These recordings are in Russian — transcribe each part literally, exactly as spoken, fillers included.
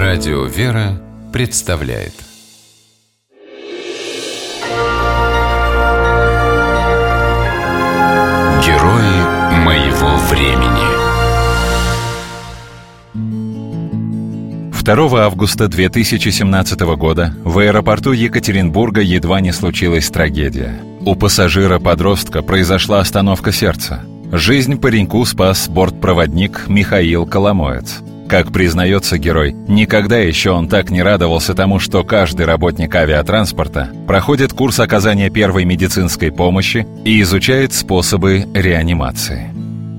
Радио «Вера» представляет Герои моего времени. второго августа две тысячи семнадцатого года в аэропорту Екатеринбурга едва не случилась трагедия. У пассажира-подростка произошла остановка сердца. Жизнь пареньку спас бортпроводник Михаил Коломоец. Как признается герой, никогда еще он так не радовался тому, что каждый работник авиатранспорта проходит курс оказания первой медицинской помощи и изучает способы реанимации.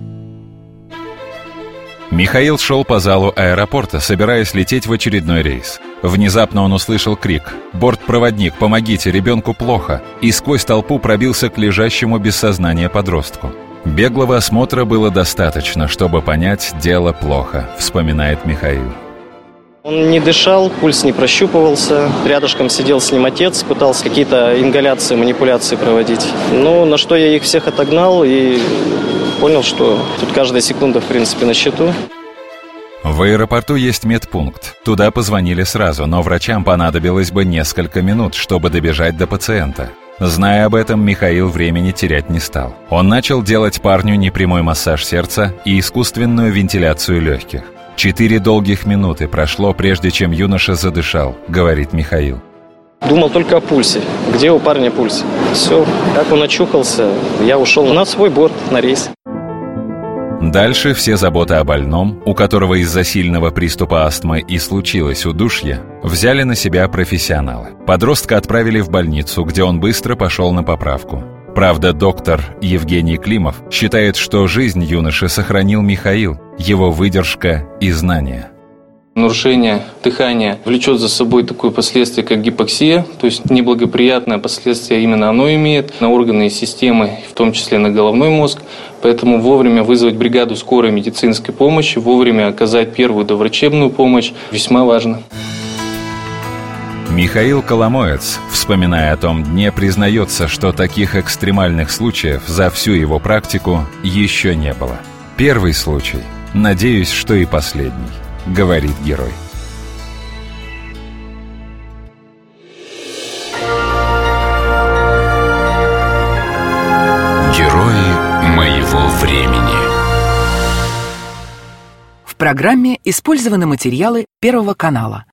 Михаил шел по залу аэропорта, собираясь лететь в очередной рейс. Внезапно он услышал крик: «Бортпроводник, помогите, ребенку плохо!» и сквозь толпу пробился к лежащему без сознания подростку. Беглого осмотра было достаточно, чтобы понять, дело плохо, вспоминает Михаил. Он не дышал, пульс не прощупывался. Рядышком сидел с ним отец, пытался какие-то ингаляции, манипуляции проводить. Ну, на что я их всех отогнал и понял, что тут каждая секунда, в принципе, на счету. В аэропорту есть медпункт. Туда позвонили сразу, но врачам понадобилось бы несколько минут, чтобы добежать до пациента. Зная об этом, Михаил времени терять не стал. Он начал делать парню непрямой массаж сердца и искусственную вентиляцию легких. Четыре долгих минуты прошло, прежде чем юноша задышал, говорит Михаил. Думал только о пульсе. Где у парня пульс? Все, как он очухался, я ушел на свой борт, на рейс. Дальше все заботы о больном, у которого из-за сильного приступа астмы и случилось удушье, взяли на себя профессионалы. Подростка отправили в больницу, где он быстро пошел на поправку. Правда, доктор Евгений Климов считает, что жизнь юноши сохранил Михаил, его выдержка и знания. Нарушение дыхания влечет за собой такое последствие, как гипоксия, то есть неблагоприятное последствие именно оно имеет на органы и системы, в том числе на головной мозг. Поэтому вовремя вызвать бригаду скорой медицинской помощи, вовремя оказать первую доврачебную помощь весьма важно. Михаил Коломоец, вспоминая о том дне, признается, что таких экстремальных случаев за всю его практику еще не было. Первый случай, надеюсь, что и последний, говорит герой. Герои моего времени. В программе использованы материалы Первого канала.